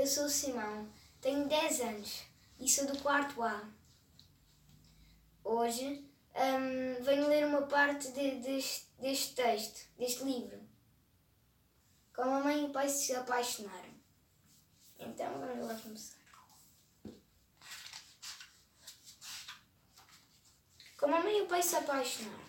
sou o Simão, tenho 10 anos e sou do quarto A. Hoje venho ler uma parte deste texto, deste livro. Como a mãe e o pai se apaixonaram. Então vamos lá começar. Como a mãe e o pai se apaixonaram.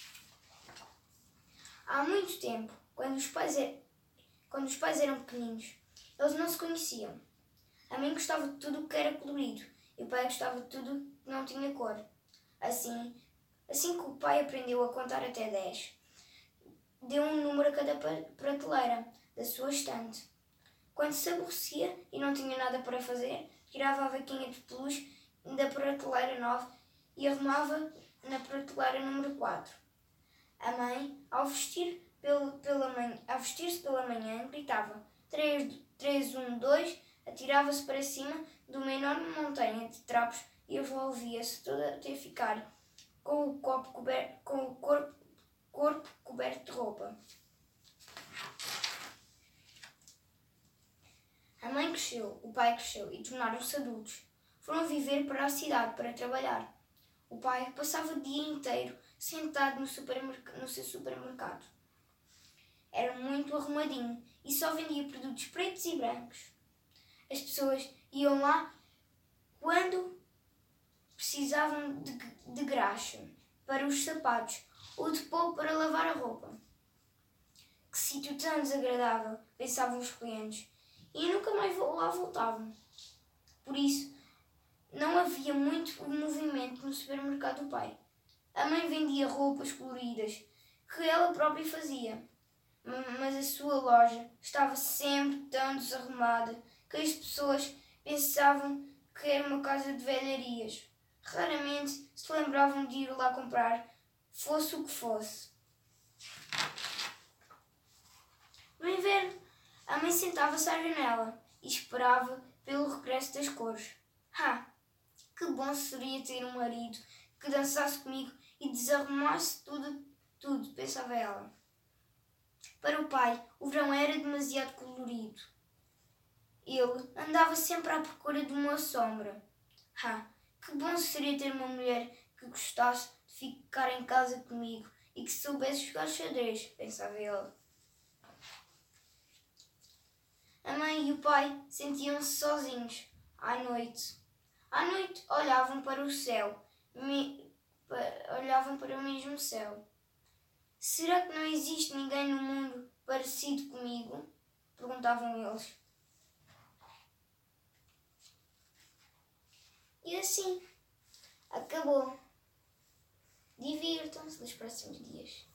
Há muito tempo, quando os pais eram pequeninos, eles não se conheciam. A mãe gostava de tudo o que era colorido e o pai gostava de tudo que não tinha cor. Assim que o pai aprendeu a contar até 10, deu um número a cada prateleira da sua estante. Quando se aborrecia e não tinha nada para fazer, tirava a vaquinha de peluche da prateleira 9 e arrumava na prateleira número 4. A mãe, ao vestir-se pela manhã, gritava 3, 3, 1, 2, atirava-se para cima de uma enorme montanha de trapos e envolvia-se toda até ficar com o corpo coberto de roupa. A mãe cresceu, o pai cresceu e tornaram-se adultos. Foram viver para a cidade para trabalhar. O pai passava o dia inteiro sentado no seu supermercado. Era muito arrumadinho e só vendia produtos pretos e brancos. As pessoas iam lá quando precisavam de graxa para os sapatos ou de pó para lavar a roupa. Que sítio tão desagradável, pensavam os clientes, e nunca mais lá voltavam. Por isso, não havia muito movimento no supermercado do pai. A mãe vendia roupas coloridas que ela própria fazia, mas a sua loja estava sempre tão desarrumada que as pessoas pensavam que era uma casa de velharias. Raramente se lembravam de ir lá comprar, fosse o que fosse. No inverno, a mãe sentava-se à janela e esperava pelo regresso das cores. Que bom seria ter um marido que dançasse comigo e desarrumasse tudo, pensava ela. Para o pai, o verão era demasiado colorido. Ele andava sempre à procura de uma sombra. Que bom seria ter uma mulher que gostasse de ficar em casa comigo e que soubesse jogar xadrez, pensava ele. A mãe e o pai sentiam-se sozinhos à noite. À noite olhavam para o céu, olhavam para o mesmo céu. Será que não existe ninguém no mundo parecido comigo? Perguntavam eles. E assim, acabou. Divirtam-se nos próximos dias.